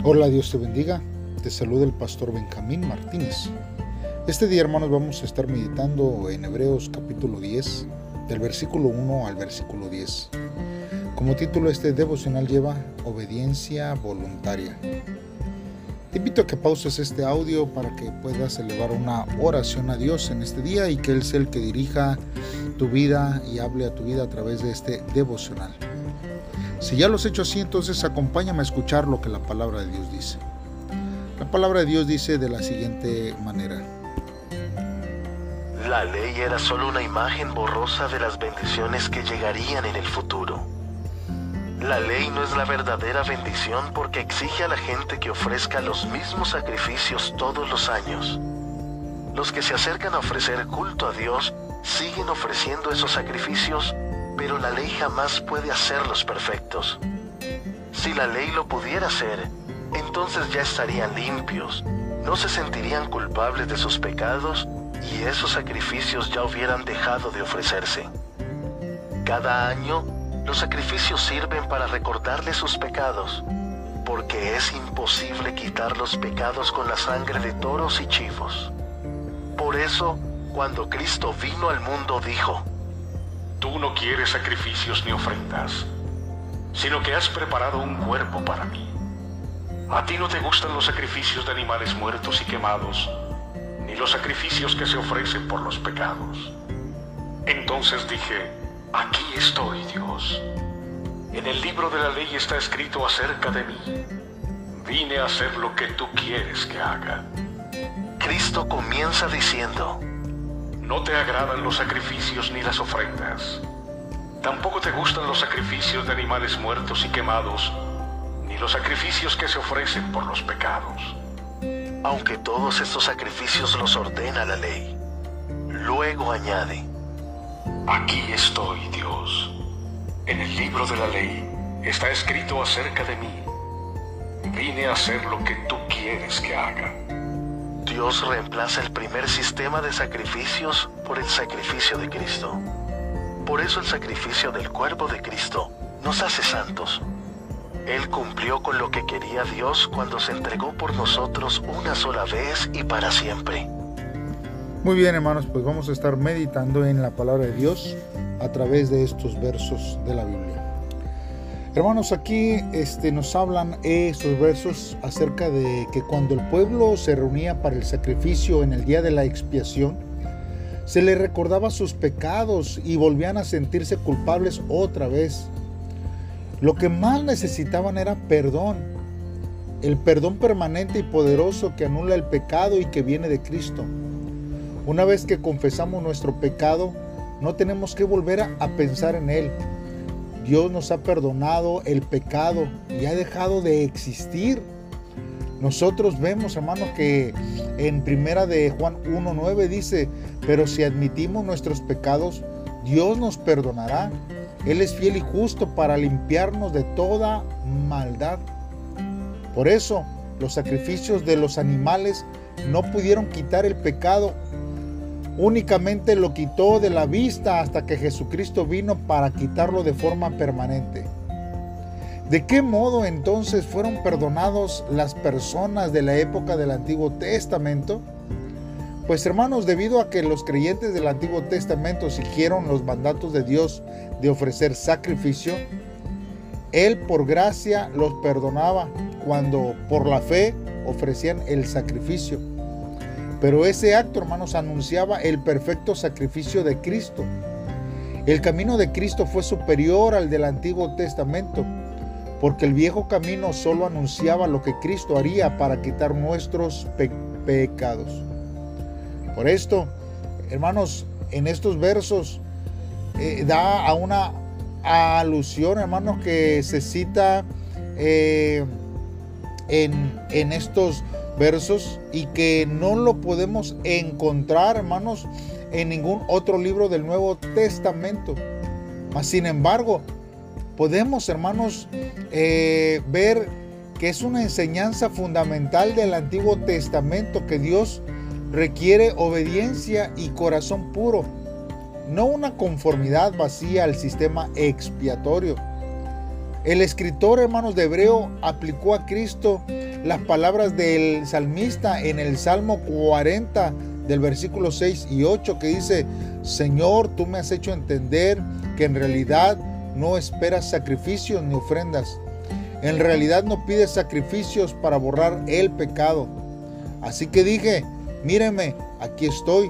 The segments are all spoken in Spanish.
Hola, Dios te bendiga. Te saluda el pastor Benjamín Martínez. Este día, hermanos, vamos a estar meditando en Hebreos capítulo 10, del versículo 1 al versículo 10. Como título, este devocional lleva Obediencia Voluntaria. Te invito a que pauses este audio para que puedas elevar una oración a Dios en este día y que Él sea el que dirija tu vida y hable a tu vida a través de este devocional. Si ya lo has hecho así, entonces acompáñame a escuchar lo que la palabra de Dios dice. La palabra de Dios dice de la siguiente manera: La ley era solo una imagen borrosa de las bendiciones que llegarían en el futuro. La ley no es la verdadera bendición porque exige a la gente que ofrezca los mismos sacrificios todos los años. Los que se acercan a ofrecer culto a Dios siguen ofreciendo esos sacrificios, pero la ley jamás puede hacerlos perfectos. Si la ley lo pudiera hacer, entonces ya estarían limpios, no se sentirían culpables de sus pecados y esos sacrificios ya hubieran dejado de ofrecerse. Cada año, los sacrificios sirven para recordarles sus pecados, porque es imposible quitar los pecados con la sangre de toros y chivos. Por eso, cuando Cristo vino al mundo, dijo: Tú no quieres sacrificios ni ofrendas, sino que has preparado un cuerpo para mí. A ti no te gustan los sacrificios de animales muertos y quemados, ni los sacrificios que se ofrecen por los pecados. Entonces dije: Aquí estoy, Dios. En el libro de la ley está escrito acerca de mí. Vine a hacer lo que tú quieres que haga. Cristo comienza diciendo: No te agradan los sacrificios ni las ofrendas. Tampoco te gustan los sacrificios de animales muertos y quemados, ni los sacrificios que se ofrecen por los pecados. Aunque todos estos sacrificios los ordena la ley, luego añade: Aquí estoy, Dios. En el libro de la ley está escrito acerca de mí. Vine a hacer lo que tú quieres que haga. Dios reemplaza el primer sistema de sacrificios por el sacrificio de Cristo. Por eso el sacrificio del cuerpo de Cristo nos hace santos. Él cumplió con lo que quería Dios cuando se entregó por nosotros una sola vez y para siempre. Muy bien, hermanos, pues vamos a estar meditando en la palabra de Dios a través de estos versos de la Biblia. Hermanos, aquí nos hablan estos versos acerca de que cuando el pueblo se reunía para el sacrificio en el día de la expiación, se les recordaba sus pecados y volvían a sentirse culpables otra vez. Lo que más necesitaban era perdón, el perdón permanente y poderoso que anula el pecado y que viene de Cristo. Una vez que confesamos nuestro pecado, no tenemos que volver a pensar en él. Dios nos ha perdonado el pecado y ha dejado de existir. Nosotros vemos, hermanos, que en primera de Juan 1:9 dice: pero si admitimos nuestros pecados, Dios nos perdonará. Él es fiel y justo para limpiarnos de toda maldad. Por eso, los sacrificios de los animales no pudieron quitar el pecado. Únicamente lo quitó de la vista hasta que Jesucristo vino para quitarlo de forma permanente. ¿De qué modo entonces fueron perdonados las personas de la época del Antiguo Testamento? Pues, hermanos, debido a que los creyentes del Antiguo Testamento siguieron los mandatos de Dios de ofrecer sacrificio, Él por gracia los perdonaba cuando por la fe ofrecían el sacrificio. Pero ese acto, hermanos, anunciaba el perfecto sacrificio de Cristo. El camino de Cristo fue superior al del Antiguo Testamento, porque el viejo camino solo anunciaba lo que Cristo haría para quitar nuestros pecados. Por esto, hermanos, en estos versos da a una alusión, hermanos, que se cita en estos versos y que no lo podemos encontrar, hermanos, en ningún otro libro del Nuevo Testamento. Mas, sin embargo, podemos, hermanos, ver que es una enseñanza fundamental del Antiguo Testamento, que Dios requiere obediencia y corazón puro, no una conformidad vacía al sistema expiatorio. El escritor, hermanos, de Hebreo aplicó a Cristo las palabras del salmista en el Salmo 40 del versículo 6 y 8 que dice: Señor, tú me has hecho entender que en realidad no esperas sacrificios ni ofrendas. En realidad no pides sacrificios para borrar el pecado. Así que dije: míreme, aquí estoy.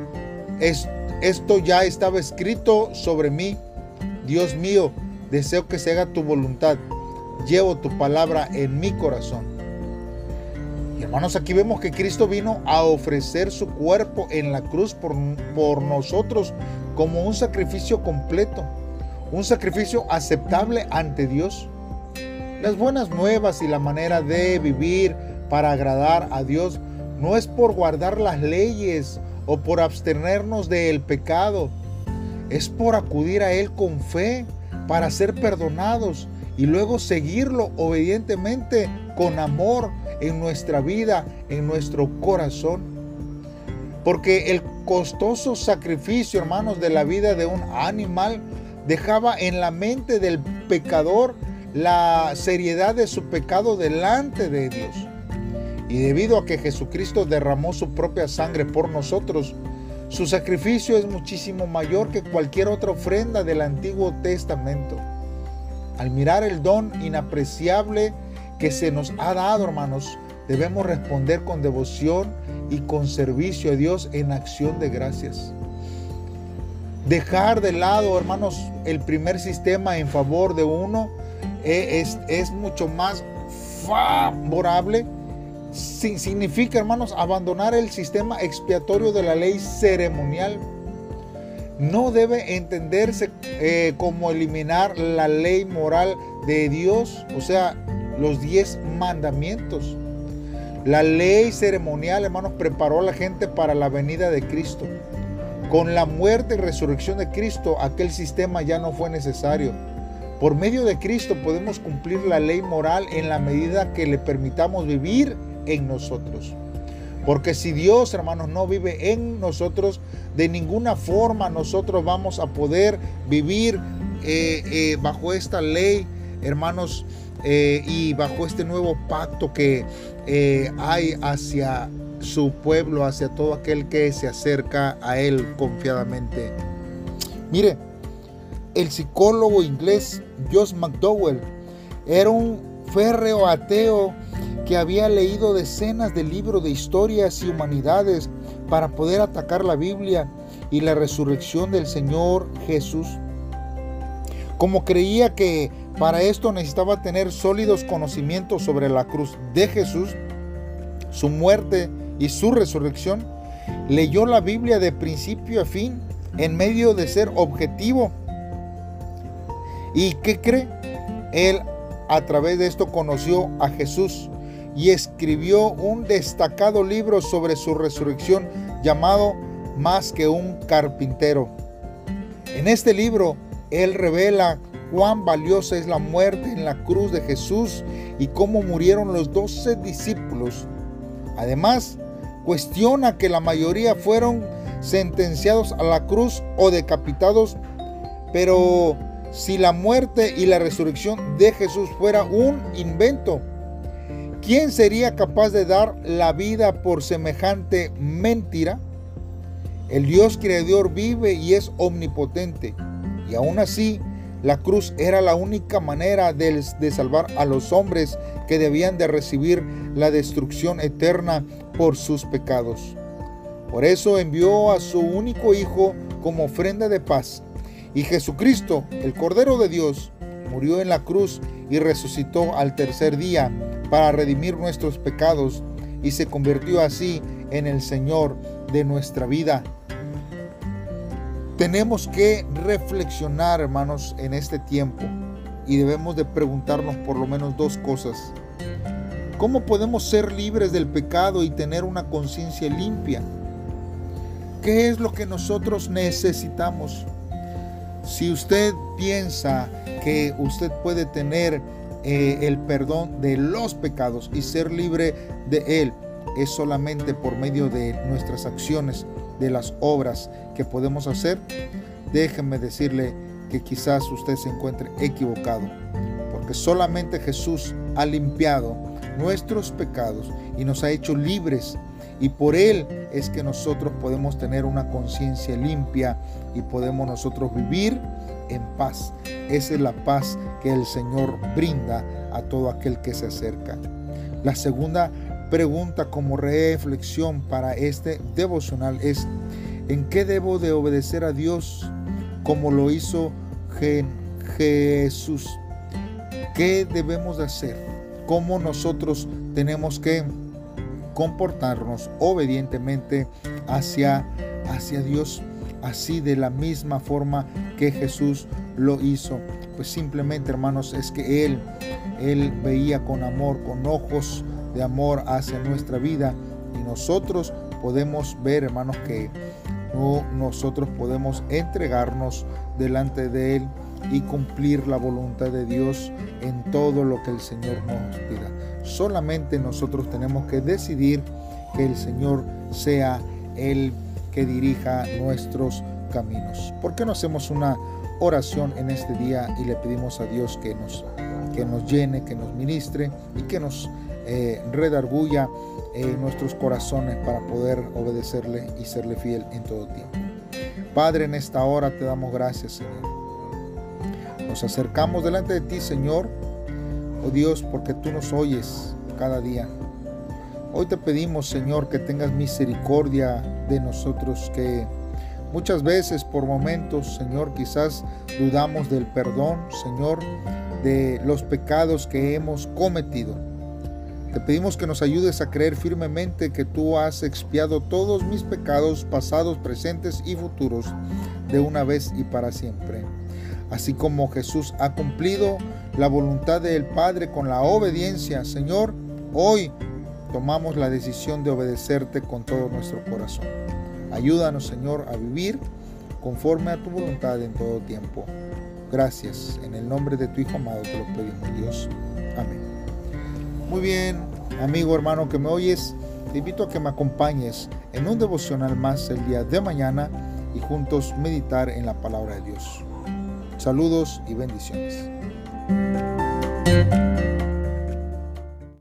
Esto ya estaba escrito sobre mí. Dios mío, deseo que se haga tu voluntad. Llevo tu palabra en mi corazón. Y hermanos, aquí vemos que Cristo vino a ofrecer su cuerpo en la cruz por nosotros como un sacrificio completo, un sacrificio aceptable ante Dios. Las buenas nuevas y la manera de vivir para agradar a Dios no es por guardar las leyes o por abstenernos del pecado. Es por acudir a Él con fe para ser perdonados y luego seguirlo obedientemente con amor en nuestra vida, en nuestro corazón. Porque el costoso sacrificio, hermanos, de la vida de un animal dejaba en la mente del pecador la seriedad de su pecado delante de Dios. Y debido a que Jesucristo derramó su propia sangre por nosotros, su sacrificio es muchísimo mayor que cualquier otra ofrenda del Antiguo Testamento. Al mirar el don inapreciable que se nos ha dado, hermanos, debemos responder con devoción y con servicio a Dios en acción de gracias. Dejar de lado, hermanos, el primer sistema en favor de uno es mucho más favorable. Significa, hermanos, abandonar el sistema expiatorio de la ley ceremonial. No debe entenderse como eliminar la ley moral de Dios, o sea, los 10 mandamientos. La ley ceremonial, hermanos, preparó a la gente para la venida de Cristo. Con la muerte y resurrección de Cristo, aquel sistema ya no fue necesario. Por medio de Cristo podemos cumplir la ley moral en la medida que le permitamos vivir en nosotros. Porque si Dios, hermanos, no vive en nosotros, de ninguna forma nosotros vamos a poder vivir bajo esta ley, hermanos, y bajo este nuevo pacto que hay hacia su pueblo, hacia todo aquel que se acerca a Él confiadamente. Mire, el psicólogo inglés Josh McDowell era un férreo ateo que había leído decenas de libros de historias y humanidades para poder atacar la Biblia y la resurrección del Señor Jesús. Como creía que para esto necesitaba tener sólidos conocimientos sobre la cruz de Jesús, su muerte y su resurrección, leyó la Biblia de principio a fin en medio de ser objetivo. ¿Y qué cree? Él a través de esto conoció a Jesús y escribió un destacado libro sobre su resurrección llamado Más que un carpintero. En este libro, él revela cuán valiosa es la muerte en la cruz de Jesús y cómo murieron los 12 discípulos. Además, cuestiona que la mayoría fueron sentenciados a la cruz o decapitados, pero si la muerte y la resurrección de Jesús fuera un invento, ¿quién sería capaz de dar la vida por semejante mentira? El Dios creador vive y es omnipotente, y aún así la cruz era la única manera de salvar a los hombres que debían de recibir la destrucción eterna por sus pecados. Por eso envió a su único Hijo como ofrenda de paz. Y Jesucristo, el Cordero de Dios, murió en la cruz y resucitó al tercer día para redimir nuestros pecados y se convirtió así en el Señor de nuestra vida. Tenemos que reflexionar, hermanos, en este tiempo y debemos de preguntarnos por lo menos dos cosas. ¿Cómo podemos ser libres del pecado y tener una conciencia limpia? ¿Qué es lo que nosotros necesitamos? Si usted piensa que usted puede tener el perdón de los pecados y ser libre de él, es solamente por medio de nuestras acciones, de las obras que podemos hacer, déjeme decirle que quizás usted se encuentre equivocado, porque solamente Jesús ha limpiado nuestros pecados y nos ha hecho libres. Y por Él es que nosotros podemos tener una conciencia limpia y podemos nosotros vivir en paz. Esa es la paz que el Señor brinda a todo aquel que se acerca. La segunda pregunta como reflexión para este devocional es: ¿en qué debo de obedecer a Dios como lo hizo Jesús? ¿Qué debemos de hacer? ¿Cómo nosotros tenemos que comportarnos obedientemente hacia Dios? Así de la misma forma que Jesús lo hizo. Pues simplemente, hermanos, es que Él veía con amor, con ojos de amor hacia nuestra vida, y nosotros podemos ver, hermanos, que nosotros podemos entregarnos delante de Él y cumplir la voluntad de Dios en todo lo que el Señor nos pida. Solamente nosotros tenemos que decidir que el Señor sea el que dirija nuestros caminos. ¿Por qué no hacemos una oración en este día y le pedimos a Dios que nos llene, que nos ministre y que nos redarguya nuestros corazones para poder obedecerle y serle fiel en todo tiempo? Padre, en esta hora te damos gracias, Señor. Nos acercamos delante de ti, Señor, oh Dios, porque tú nos oyes cada día. Hoy te pedimos, Señor, que tengas misericordia de nosotros, que muchas veces por momentos, Señor, quizás dudamos del perdón, Señor, de los pecados que hemos cometido. Te pedimos que nos ayudes a creer firmemente que tú has expiado todos mis pecados pasados, presentes y futuros de una vez y para siempre. Así como Jesús ha cumplido la voluntad del Padre con la obediencia, Señor, hoy tomamos la decisión de obedecerte con todo nuestro corazón. Ayúdanos, Señor, a vivir conforme a tu voluntad en todo tiempo. Gracias. En el nombre de tu Hijo amado te lo pedimos, Dios. Amén. Muy bien, amigo, hermano que me oyes, te invito a que me acompañes en un devocional más el día de mañana y juntos meditar en la palabra de Dios. Saludos y bendiciones.